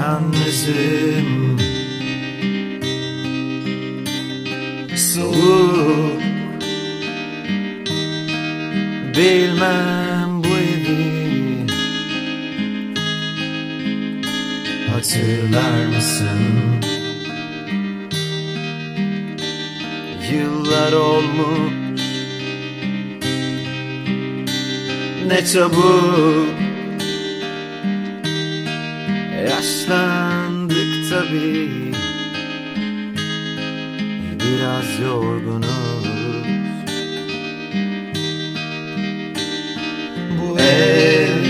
Yalnızım, soğuk, bilmem bu evi hatırlar mısın? Yıllar olmuş, ne çabuk yaşlandık tabii, biraz yorgunuz. Bu ev,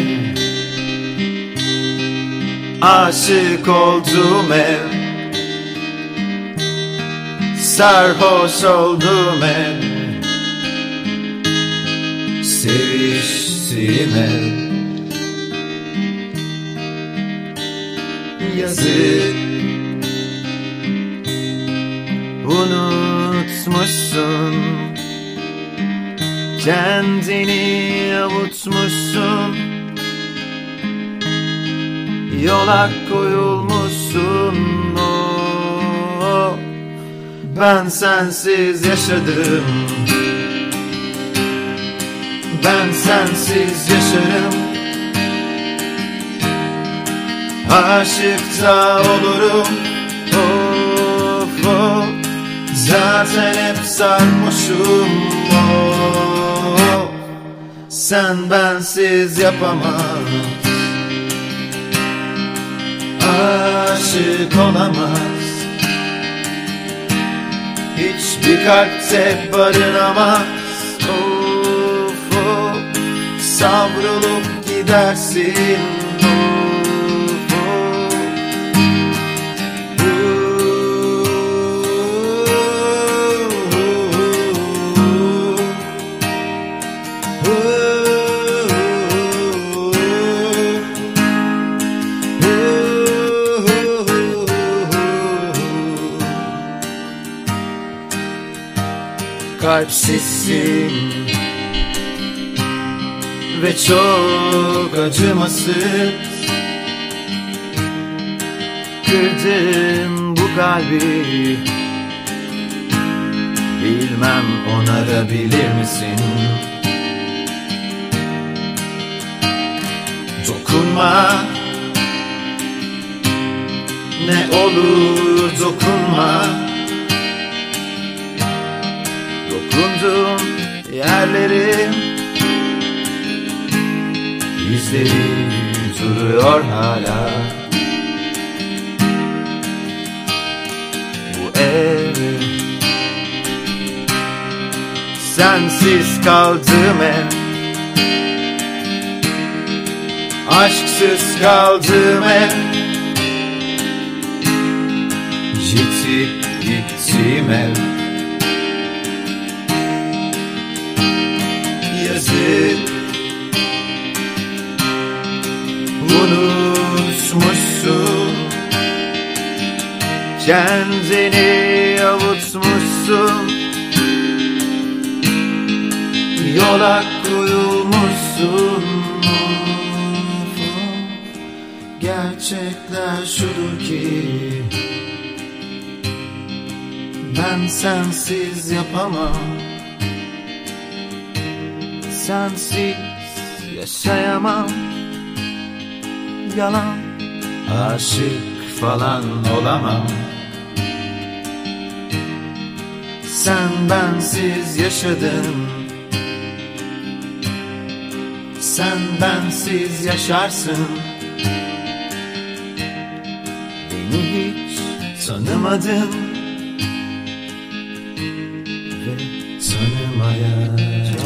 aşık olduğum ev, sarhoş olduğum ev, seviştiğim ev. Yazık, unutmuşsun, kendini avutmuşsun, yola koyulmuşsun. Oh, ben sensiz yaşadım, ben sensiz yaşarım. Aşık da olurum, of of, zaten hep sarmışım. Oh, sen bensiz yapamaz, aşık olamaz, hiçbir kalpte barınamaz. Of of, savrulup gidersin. Kalpsizsin ve çok acımasız, kırdım bu kalbi, bilmem onarabilir misin? Dokunma, ne olur dokunma. Dokundum yerleri, izleri duruyor hala. Bu ev, sensiz kaldığım ev, aşksız kaldığım ev, yitip gittiğim ev. Yazık, unutmuşsun, kendini avutmuşsun, yola koyulmuşsun. Gerçekler şudur ki, ben sensiz yapamam, sensiz yaşayamam. Yalan, aşık falan olamam. Sen bensiz yaşadın, sen bensiz yaşarsın. Beni hiç tanımadın ve tanımayacak.